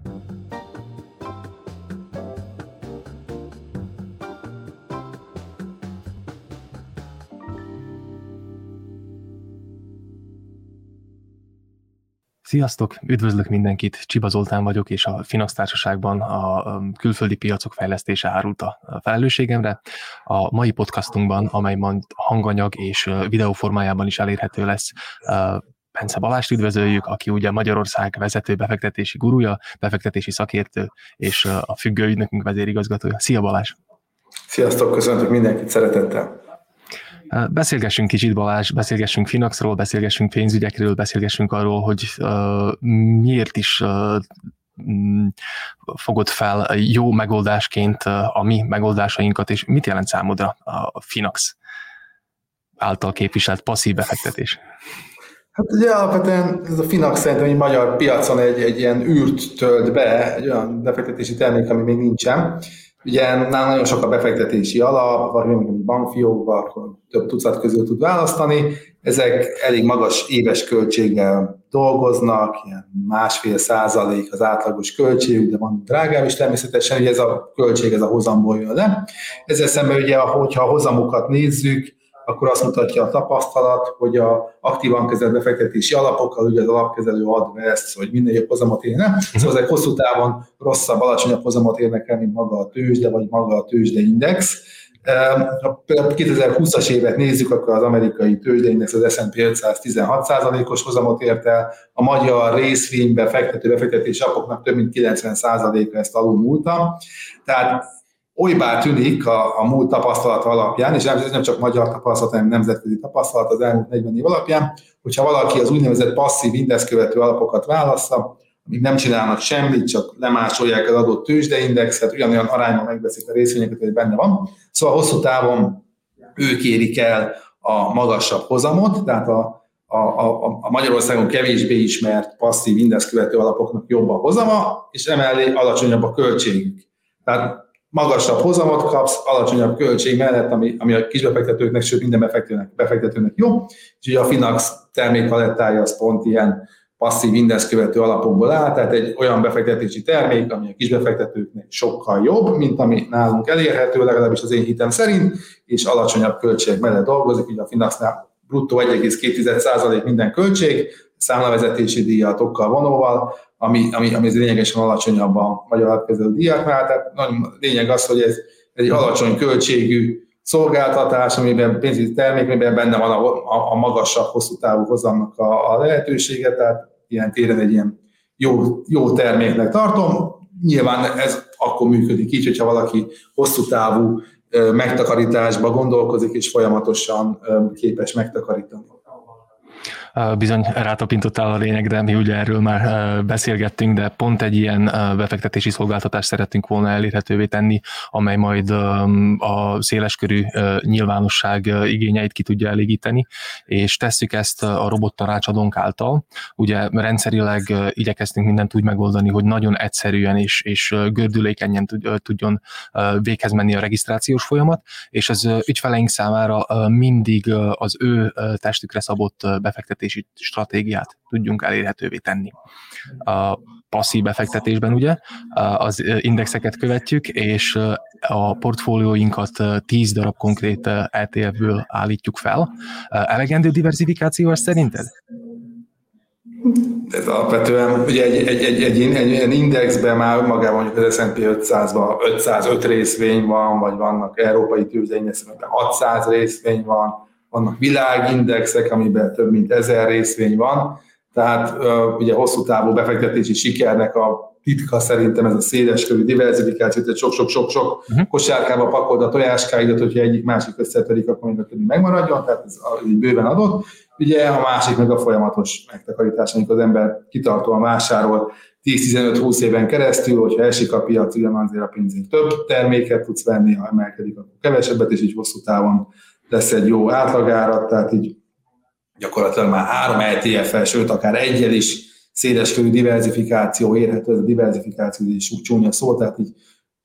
Sziasztok! Üdvözlök mindenkit! Csiba Zoltán vagyok, és a Finax Társaságban a külföldi piacok fejlesztése árult a felelősségemre. A mai podcastunkban, amely majd hanganyag és videó formájában is elérhető lesz, Bence Balást üdvözöljük, aki ugye Magyarország vezető befektetési gurúja, befektetési szakértő, és a függő ügynökünk vezérigazgatója. Szia Balázs! Sziasztok! Köszöntök mindenkit szeretettel! Beszélgessünk kicsit, Balázs, beszélgessünk Finaxról, beszélgessünk pénzügyekről, beszélgessünk arról, hogy miért is fogod fel jó megoldásként a mi megoldásainkat, és mit jelent számodra a Finax által képviselt passzív befektetés? Hát ugye alapvetően ez a Finax szerintem egy magyar piacon egy ilyen űrt tölt be, egy olyan befektetési termék, ami még nincsen. Ugye nálunk nagyon sok a befektetési alap, vagy mondjuk bankfiókba, akkor több tucat közül tud választani. Ezek elég magas éves költséggel dolgoznak, ilyen 1,5% az átlagos költségük, de van drágább is természetesen, ugye ez a költség, ez a hozamból jön le. Ezzel szemben ugye, hogyha a hozamukat nézzük, akkor azt mutatja a tapasztalat, hogy a aktívan kezelt befektetési alapokkal, ugye az alapkezelő advesz, hogy minél jobb hozamot érne, szóval ezek hosszú távon rosszabb, alacsonyabb hozamot érnek el, mint maga a tőzsde, vagy maga a tőzsdeindex. Ha 2020-as évet nézzük, akkor az amerikai tőzsdeindex, az S&P 500 16%-os hozamot ért el, a magyar részvénybe fektető befektetési alapoknak több mint 90%-a ezt alulmúlta. Tehát olybá tűnik a múlt tapasztalat alapján, és ez nem csak magyar tapasztalat, hanem nemzetközi tapasztalat az elmúlt 40 év alapján, hogyha valaki az úgynevezett passzív indexkövető alapokat válassza, amik nem csinálnak semmit, csak lemásolják az adott tőzsdeindexet, ugyanolyan arányban megveszik a részvényeket, hogy benne van. Szóval hosszú távon ők érik el a magasabb hozamot, tehát a Magyarországon kevésbé ismert passzív indexkövető alapoknak jobb a hozama, és emellé alacsonyabb a költségük. Tehát magasabb hozamot kapsz, alacsonyabb költség mellett, ami a kisbefektetőknek, sőt minden befektetőnek jó. És ugye a Finax termékpalettája az pont ilyen passzív indexkövető alapokból áll, tehát egy olyan befektetési termék, ami a kisbefektetőknek sokkal jobb, mint ami nálunk elérhető, legalábbis az én hitem szerint, és alacsonyabb költség mellett dolgozik. Ugye a Finaxnál bruttó 1,2% minden költség, számlavezetési díjatokkal vonóval, ami lényegesen alacsonyabb a magyar alapkezelő díjaknál. Tehát nagyon lényeg az, hogy ez egy alacsony költségű szolgáltatás, amiben pénzügyi termék, amiben benne van a magasabb, hosszú távú hozamnak a lehetősége, tehát ilyen téren egy ilyen jó terméknek tartom. Nyilván ez akkor működik így, hogyha valaki hosszú távú megtakarításba gondolkozik, és folyamatosan képes megtakarítani. Bizony rátapintottál a lényegre, mi ugye erről már beszélgettünk, de pont egy ilyen befektetési szolgáltatást szerettünk volna elérhetővé tenni, amely majd a széleskörű nyilvánosság igényeit ki tudja elégíteni, és tesszük ezt a robottanácsadónk által. Ugye rendszerileg igyekeztünk mindent úgy megoldani, hogy nagyon egyszerűen és gördülékenyen tudjon véghez menni a regisztrációs folyamat, és az ügyfeleink számára mindig az ő testükre szabott befektetési stratégiát tudjunk elérhetővé tenni. A passzív befektetésben ugye az indexeket követjük, és a portfólióinkat 10 darab konkrét ETF-ből állítjuk fel. Elegendő diversifikáció ez szerinted? Ez alapvetően ugye egy indexben már magában mondjuk az S&P 500-ban 505 részvény van, vagy vannak európai tőzsdeindexek, 600 részvény van, vannak világindexek, amiben több mint 1000 részvény van, tehát ugye hosszú távú befektetési sikernek a titka szerintem ez a széleskörű diversifikáció, tehát sok kosárkába pakold a tojáskáidat, hogyha egyik másik összetörik, akkor mind a többi megmaradjon, tehát ez így bőven adott. Ugye a másik meg a folyamatos megtakarítás, amikor az ember kitartóan vásárol 10-15-20 éven keresztül, hogyha esik a piac, ugyanazért a pénzén több terméket tudsz venni, ha emelkedik, akkor kevesebbet, és így hosszú távon lesz egy jó átlagárat, tehát így gyakorlatilag már 3 ETF-el, sőt akár egyel is széleskörű diversifikáció érhető, ez a diversifikáció is úgy csúnya szó, tehát így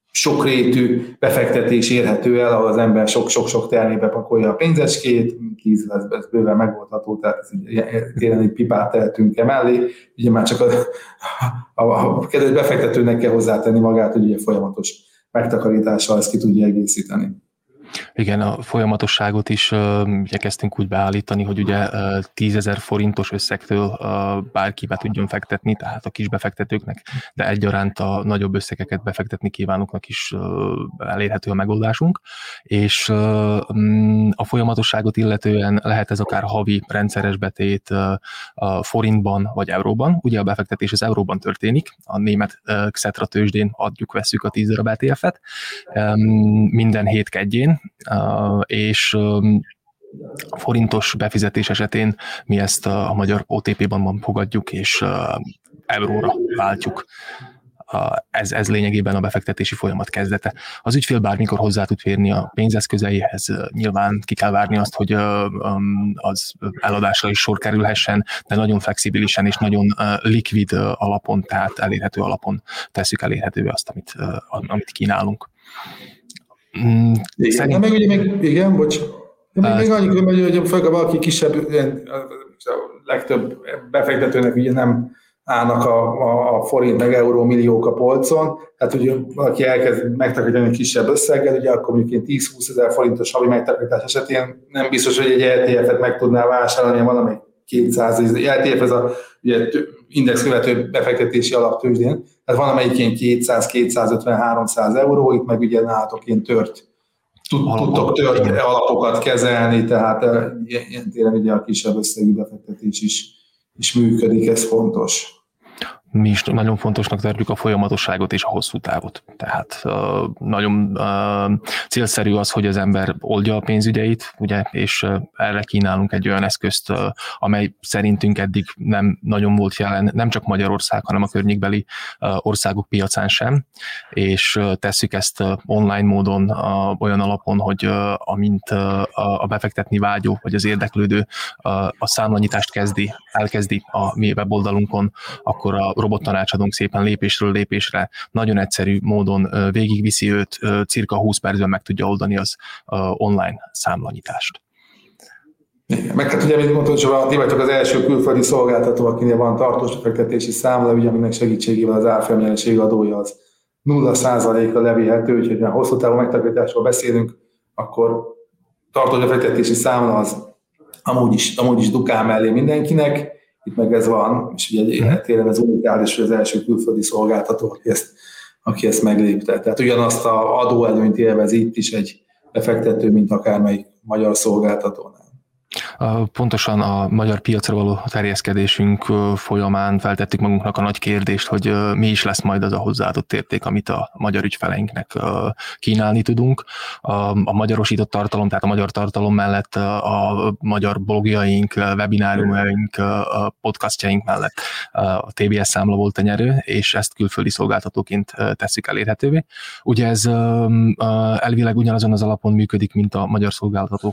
sokrétű befektetés érhető el, ahol az ember sok-sok termékbe pakolja a pénzecskét, 10 lesz bőven megoldható, tehát tényleg egy pipát tehetünk emellé. Ugye már csak a kedves befektetőnek kell hozzátenni magát, hogy ugye folyamatos megtakarítással ezt ki tudja egészíteni. Igen, a folyamatosságot is igyekeztünk úgy beállítani, hogy ugye 10 000 forintos összegtől bárki be tudjon fektetni, tehát a kis befektetőknek, de egyaránt a nagyobb összegeket befektetni kívánóknak is elérhető a megoldásunk, és a folyamatosságot illetően lehet ez akár havi rendszeres betét forintban vagy euróban. Ugye a befektetés az euróban történik, a német Xetra tőzsdén adjuk-vesszük a 10 darab ETF-et minden hét kedjén, és a forintos befizetés esetén mi ezt a magyar OTP-ban fogadjuk, és euróra váltjuk. Ez lényegében a befektetési folyamat kezdete. Az ügyfél bármikor hozzá tud férni a pénzeszközeihez, nyilván ki kell várni azt, hogy az eladásra is sor kerülhessen, de nagyon flexibilisen és nagyon likvid alapon, tehát elérhető alapon tesszük elérhetővé azt, amit kínálunk. Igen, meg ugye még annyi különben, hogy főleg valaki kisebb, a legtöbb befektetőnek ugye nem állnak a forint meg euró milliók a polcon, tehát ugye valaki elkezd megtakarítani kisebb összeggel, ugye akkor mondjuk 10-20 ezer forintos havi megtakarítás esetén nem biztos, hogy egy ETF-et meg tudná vásárolni, valamelyik 200, ETF ez a ugye, indexkövető befektetési alaptőzsdén, tehát van amelyik ilyen 200-250-300 euró, itt meg ugye nálatok ilyen tudtok tört alapokat kezelni, tehát ilyen téren ugye a kisebb összegű befektetés is működik, ez fontos. Mi is nagyon fontosnak tartjuk a folyamatosságot és a hosszú távot. Tehát nagyon célszerű az, hogy az ember oldja a pénzügyeit, ugye, és erre kínálunk egy olyan eszközt, amely szerintünk eddig nem nagyon volt jelen, nem csak Magyarország, hanem a környékbeli országok piacán sem, és tesszük ezt online módon olyan alapon, hogy amint a befektetni vágyó, vagy az érdeklődő a számlanyitást elkezdi a mi weboldalunkon, akkor a robottanácsadónk szépen lépésről lépésre nagyon egyszerű módon végigviszi őt, cirka 20 percben meg tudja oldani az online számlanyitást. Igen, meg hát ugye, mint mondtam, hogy ti vagytok az első külföldi szolgáltató, akinél van tartós befektetési számla, ugye, aminek segítségével az árfolyamnyereség adója az 0%-a levélhető, úgyhogy ha hosszú távú megtakarításról beszélünk, akkor tartós befektetési számla az amúgy is dukál mellé mindenkinek, itt meg ez van, és ugye téren ez unikális, hogy az első külföldi szolgáltató, aki ezt meglépte. Tehát ugyanazt az adóelőnyt élvez itt is egy befektető, mint akármelyik magyar szolgáltatónál. Pontosan a magyar piacra való terjeszkedésünk folyamán feltettük magunknak a nagy kérdést, hogy mi is lesz majd az a hozzáadott érték, amit a magyar ügyfeleinknek kínálni tudunk. A magyarosított tartalom, tehát a magyar tartalom mellett a magyar blogjaink, webináriumaink, podcastjaink mellett a TBS számla volt a nyerő, és ezt külföldi szolgáltatóként tesszük elérhetővé. Ugye ez elvileg ugyanazon az alapon működik, mint a magyar szolgáltatók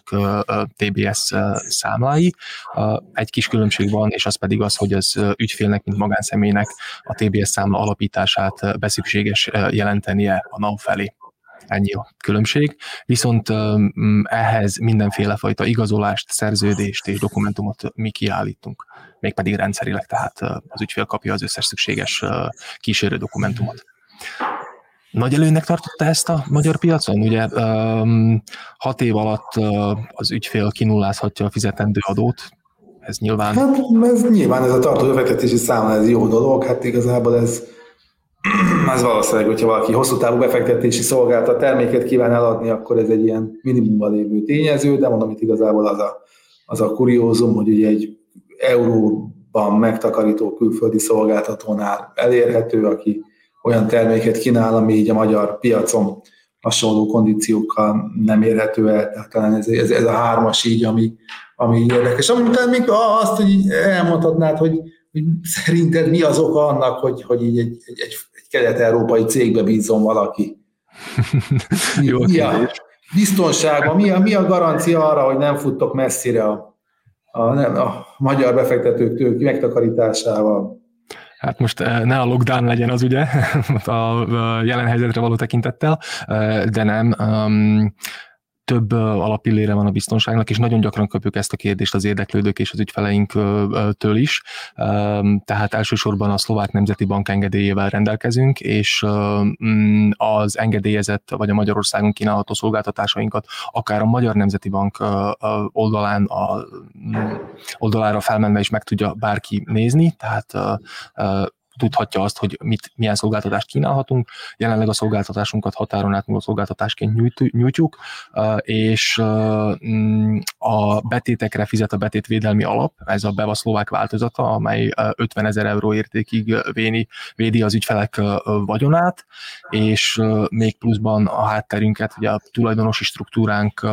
TBS számlái. Egy kis különbség van, és az pedig az, hogy az ügyfélnek, mint magánszemélynek a TBS számla alapítását beszükséges jelentenie a NAV felé. Ennyi a különbség. Viszont ehhez mindenféle fajta igazolást, szerződést és dokumentumot mi kiállítunk. Mégpedig rendszerileg, tehát az ügyfél kapja az összes szükséges kísérő dokumentumot. Nagy előnynek tartotta ezt a magyar piacon? Ugye 6 év alatt az ügyfél kinullázhatja a fizetendő adót, ez nyilván... Hát nyilván ez a tartós befektetési számla, ez jó dolog, hát igazából ez valószínűleg, hogyha valaki hosszú távú befektetési szolgáltat terméket kíván eladni, akkor ez egy ilyen minimumban lévő tényező, de mondom, itt igazából az a kuriózum, hogy ugye egy euróban megtakarító külföldi szolgáltatónál elérhető, aki olyan terméket kínál, ami így a magyar piacon hasonló kondíciókkal nem érhető el. Tehát talán ez a hármas így, ami érdekes. Amúgy még azt, hogy elmondhatnád, hogy szerinted mi az oka annak, hogy így egy kelet-európai cégbe bízzon valaki? Mi a biztonságban, mi a garancia arra, hogy nem futtok messzire a magyar befektetőktől megtakarításával? Hát most ne a lockdown legyen az ugye, a jelen helyzetre való tekintettel, de nem. Több alapillére van a biztonságnak, és nagyon gyakran kapjuk ezt a kérdést az érdeklődők és az ügyfeleinktől is. Tehát elsősorban a Szlovák Nemzeti Bank engedélyével rendelkezünk, és az engedélyezett vagy a Magyarországon kínálható szolgáltatásainkat akár a Magyar Nemzeti Bank oldalára felmenve is meg tudja bárki nézni, tehát tudhatja azt, hogy milyen szolgáltatást kínálhatunk. Jelenleg a szolgáltatásunkat határon átnyúló szolgáltatásként nyújtjuk, és a betétekre fizet a betétvédelmi alap, ez a BEVA szlovák változata, amely 50 000 euró értékig védi az ügyfelek vagyonát, és még pluszban a hátterünket, ugye a tulajdonosi struktúránk,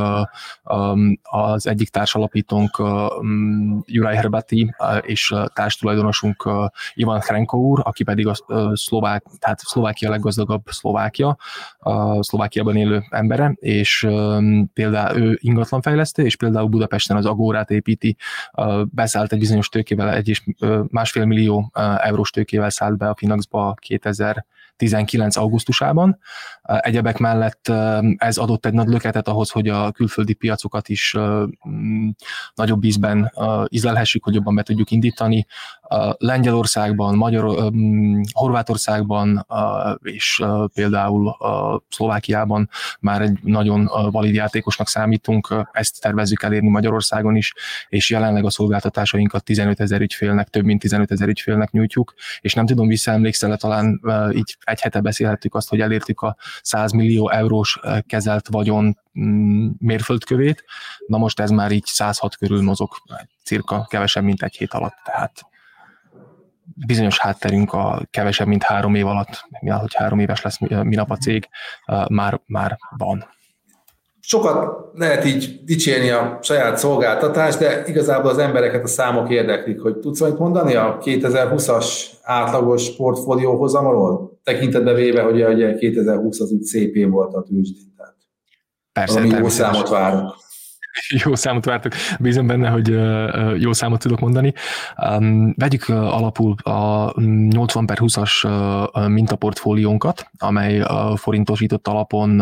az egyik társalapítónk Juraj Herbati, és társtulajdonosunk Ivan Hrenko úr, aki pedig a szlovák, tehát Szlovákia leggazdagabb Szlovákiában élő embere, és például ő ingatlanfejlesztő, és például Budapesten az Agórát építi, beszállt egy bizonyos tőkével, 1,5 millió eurós tőkével szállt be a Finaxba 2019. augusztusában. Egyebek mellett ez adott egy nagy löketet ahhoz, hogy a külföldi piacokat is nagyobb ízben ízlelhessük, hogy jobban be tudjuk indítani. Lengyelországban, Horvátországban és például Szlovákiában már egy nagyon valid játékosnak számítunk, ezt tervezzük elérni Magyarországon is, és jelenleg a szolgáltatásainkat 15 000 ügyfélnek, több mint 15 000 ügyfélnek nyújtjuk, és nem tudom, visszaemlékszel, talán így egy hete beszélhettük azt, hogy elértük a 100 millió eurós kezelt vagyon mérföldkövét, na most ez már így 106 körül mozog, cirka kevesebb, mint egy hét alatt, tehát bizonyos hátterünk a kevesebb, mint 3 év alatt, mivel hogy 3 éves lesz minap a cég, már van. Sokat lehet így dicsérni a saját szolgáltatást, de igazából az embereket a számok érdeklik, hogy tudsz valamit mondani a 2020-as átlagos portfólióhozamról? Tekintetbe véve, hogy ugye 2020 az úgy szép év volt a tőzsdén. Persze, jó számot várunk. Jó számot vártok. Bízom benne, hogy jó számot tudok mondani. Vegyük alapul a 80/20-as mintaportfóliónkat, amely a forintosított alapon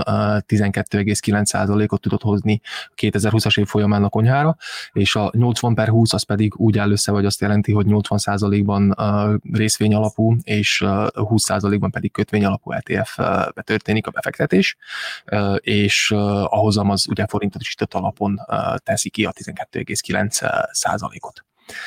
12,9%-ot tudott hozni 2020-as év folyamán a konyhára, és a 80/20 az pedig úgy áll össze, vagy azt jelenti, hogy 80%-ban részvény alapú, és 20%-ban pedig kötvény alapú ETF-be történik a befektetés, és a hozam az ugye forintosított alapon teszi ki a 12,9%-ot.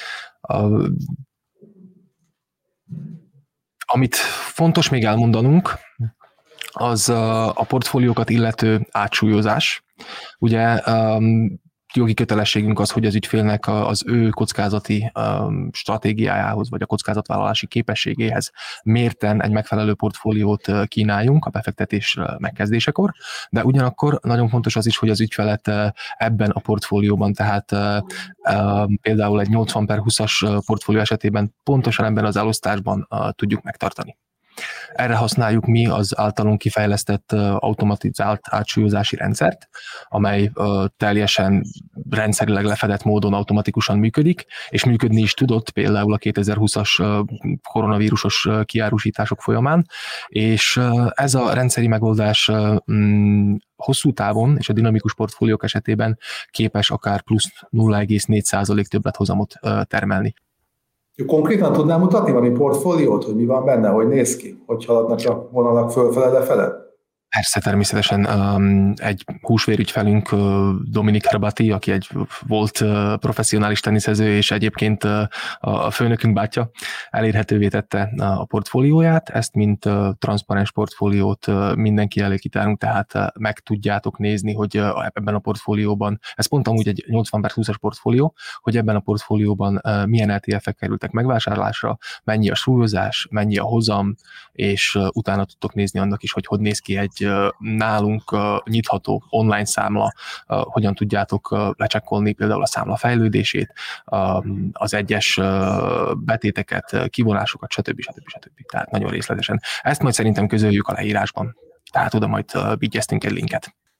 Amit fontos még elmondanunk, az a portfóliókat illető átsúlyozás. Ugye jogi kötelességünk az, hogy az ügyfélnek az ő kockázati stratégiájához, vagy a kockázatvállalási képességéhez mérten egy megfelelő portfóliót kínáljunk a befektetés megkezdésekor, de ugyanakkor nagyon fontos az is, hogy az ügyfelet ebben a portfólióban, tehát például egy 80/20-as portfólió esetében pontosan ebben az elosztásban tudjuk megtartani. Erre használjuk mi az általunk kifejlesztett automatizált átsúlyozási rendszert, amely teljesen rendszerileg lefedett módon automatikusan működik, és működni is tudott például a 2020-as koronavírusos kiárusítások folyamán, és ez a rendszeri megoldás hosszú távon és a dinamikus portfóliók esetében képes akár plusz 0,4% többlet-hozamot termelni. Konkrétan tudnám mutatni valami portfóliót, hogy mi van benne, hogy néz ki, hogy haladnak a vonalak fölfele-lefele? Persze, természetesen egy húsvérügyfelünk, Dominik Herbati, aki egy volt professzionális teniszező, és egyébként a főnökünk bátyja elérhetővé tette a portfólióját. Ezt mint transzparens portfóliót mindenki elé kitárunk, tehát meg tudjátok nézni, hogy ebben a portfólióban, ez pont amúgy egy 80/20-as portfólió, hogy ebben a portfólióban milyen ETF-ek kerültek megvásárlásra, mennyi a súlyozás, mennyi a hozam, és utána tudtok nézni annak is, hogy néz ki egy nálunk nyitható online számla, hogyan tudjátok lecsekkolni például a számla fejlődését, az egyes betéteket, kivonásokat, stb. Tehát nagyon részletesen. Ezt majd szerintem közöljük a leírásban, tehát oda majd vigyeztünk egy linket.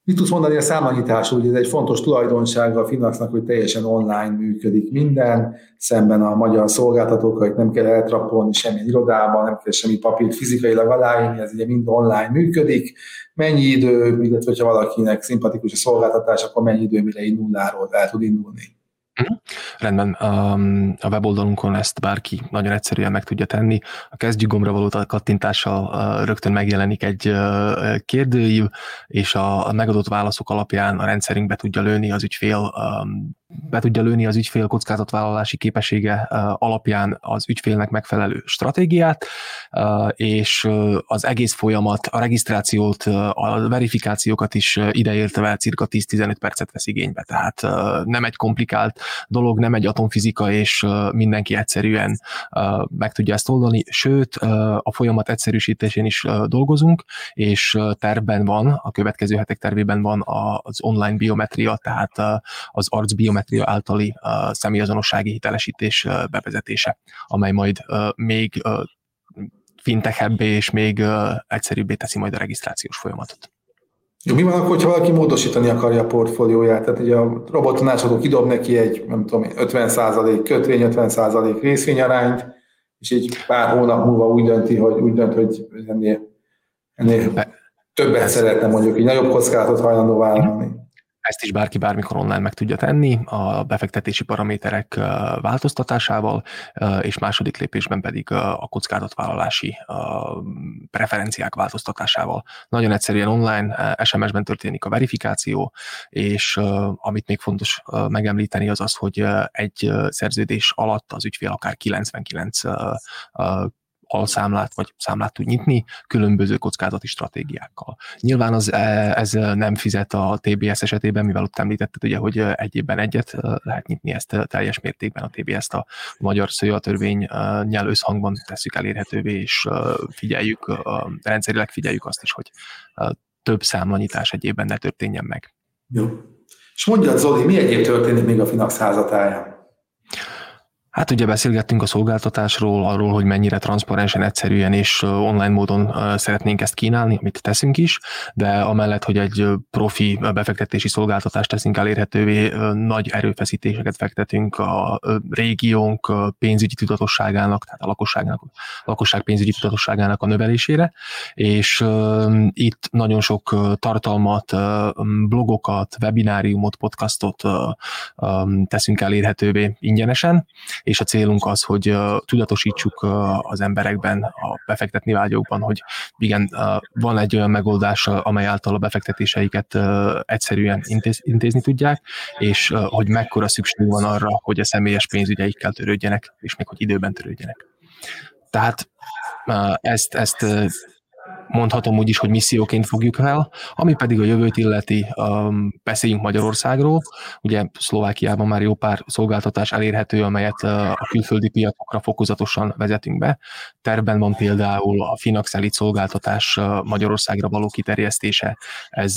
Mit tudsz mondani a számlanyításról? Ugye ez egy fontos tulajdonsága a Finaxnak, hogy teljesen online működik minden, szemben a magyar szolgáltatókkal, hogy nem kell eltrappolni semmi irodában, nem kell semmi papírt fizikailag aláírni, ez ugye mind online működik. Mennyi idő, illetve ha valakinek szimpatikus a szolgáltatás, akkor mennyi idő, mire így nulláról el tud indulni? Rendben, a weboldalunkon ezt bárki nagyon egyszerűen meg tudja tenni. A kezdjük gombra való kattintással rögtön megjelenik egy kérdőív, és a megadott válaszok alapján a rendszerünk be tudja lőni az ügyfél kockázatvállalási képessége alapján az ügyfélnek megfelelő stratégiát, és az egész folyamat, a regisztrációt, a verifikációkat is ideértve cirka 10-15 percet vesz igénybe. Tehát nem egy komplikált dolog, nem egy atomfizika, és mindenki egyszerűen meg tudja ezt oldani, sőt, a folyamat egyszerűsítésén is dolgozunk, és tervben van, a következő hetek tervében van az online biometria, tehát az arcbiometria általi személyazonossági hitelesítés bevezetése, amely majd még fintechebbé és még egyszerűbbé teszi majd a regisztrációs folyamatot. Jó, mi van akkor, hogyha valaki módosítani akarja a portfólióját? Tehát ugye a robottanácsadó kidob neki egy, nem tudom, 50% kötvény, 50% részvényarányt, és így pár hónap múlva úgy dönt, hogy ennél többet szeretne, mondjuk így nagyobb kockázatot hajlandó vállalni. Ezt is bárki bármikor online meg tudja tenni a befektetési paraméterek változtatásával, és második lépésben pedig a kockázatvállalási preferenciák változtatásával. Nagyon egyszerűen online, SMS-ben történik a verifikáció, és amit még fontos megemlíteni az az, hogy egy szerződés alatt az ügyfél akár 99 alszámlát vagy számlát tud nyitni különböző kockázati stratégiákkal. Nyilván ez nem fizet a TBS esetében, mivel ott említetted, ugye, hogy egy évben egyet lehet nyitni, ezt teljes mértékben a TBS-t a magyar szőjatörvénnyel összhangban tesszük elérhetővé, és rendszerileg figyeljük azt is, hogy több számlanyitás egy évben ne történjen meg. Jó. És mondjad, Zoli, mi egyéb történik még a Finax házatáján? Hát ugye beszélgettünk a szolgáltatásról, arról, hogy mennyire transzparensen, egyszerűen és online módon szeretnénk ezt kínálni, amit teszünk is, de amellett, hogy egy profi befektetési szolgáltatást teszünk elérhetővé, nagy erőfeszítéseket fektetünk a régiónk pénzügyi tudatosságának, tehát a lakosság pénzügyi tudatosságának a növelésére, és itt nagyon sok tartalmat, blogokat, webináriumot, podcastot teszünk elérhetővé ingyenesen, és a célunk az, hogy tudatosítsuk az emberekben, a befektetni vágyókban, hogy igen, van egy olyan megoldás, amely által a befektetéseiket egyszerűen intézni tudják, és hogy mekkora szükség van arra, hogy a személyes pénzügyeikkel törődjenek, és még hogy időben törődjenek. Tehát ezt mondhatom úgy is, hogy misszióként fogjuk el, ami pedig a jövőt illeti, beszéljünk Magyarországról. Ugye Szlovákiában már jó pár szolgáltatás elérhető, amelyet a külföldi piacokra fokozatosan vezetünk be. Tervben van például a Finax Elite szolgáltatás Magyarországra való kiterjesztése. Ez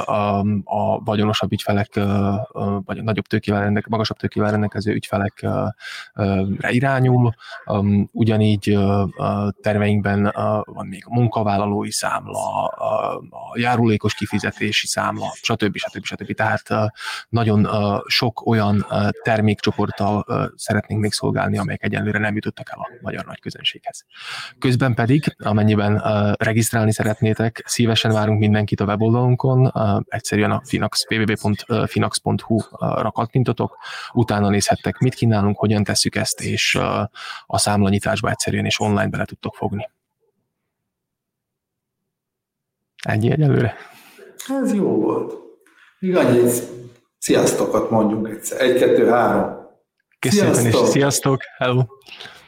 a vagyonosabb ügyfelek, vagy nagyobb tőkével, magasabb tőkével rendelkező ügyfelekre irányul. Ugyanígy terveinkben van még a munkavállalói számla, a járulékos kifizetési számla, stb. Tehát nagyon sok olyan termékcsoporttal szeretnénk még szolgálni, amelyek egyenlőre nem jutottak el a magyar nagy közönséghez. Közben pedig, amennyiben regisztrálni szeretnétek, szívesen várunk mindenkit a weboldalunkon, egyszerűen a www.finax.hu-ra kattintotok, utána nézhettek, mit kínálunk, hogyan tesszük ezt, és a számlanyításba egyszerűen és online bele tudtok fogni. Ennyi egyelőre. Ez jó volt. Még annyi, sziasztokat mondjunk egyszer. 1, 2, 3. Köszönöm, és sziasztok. Hello.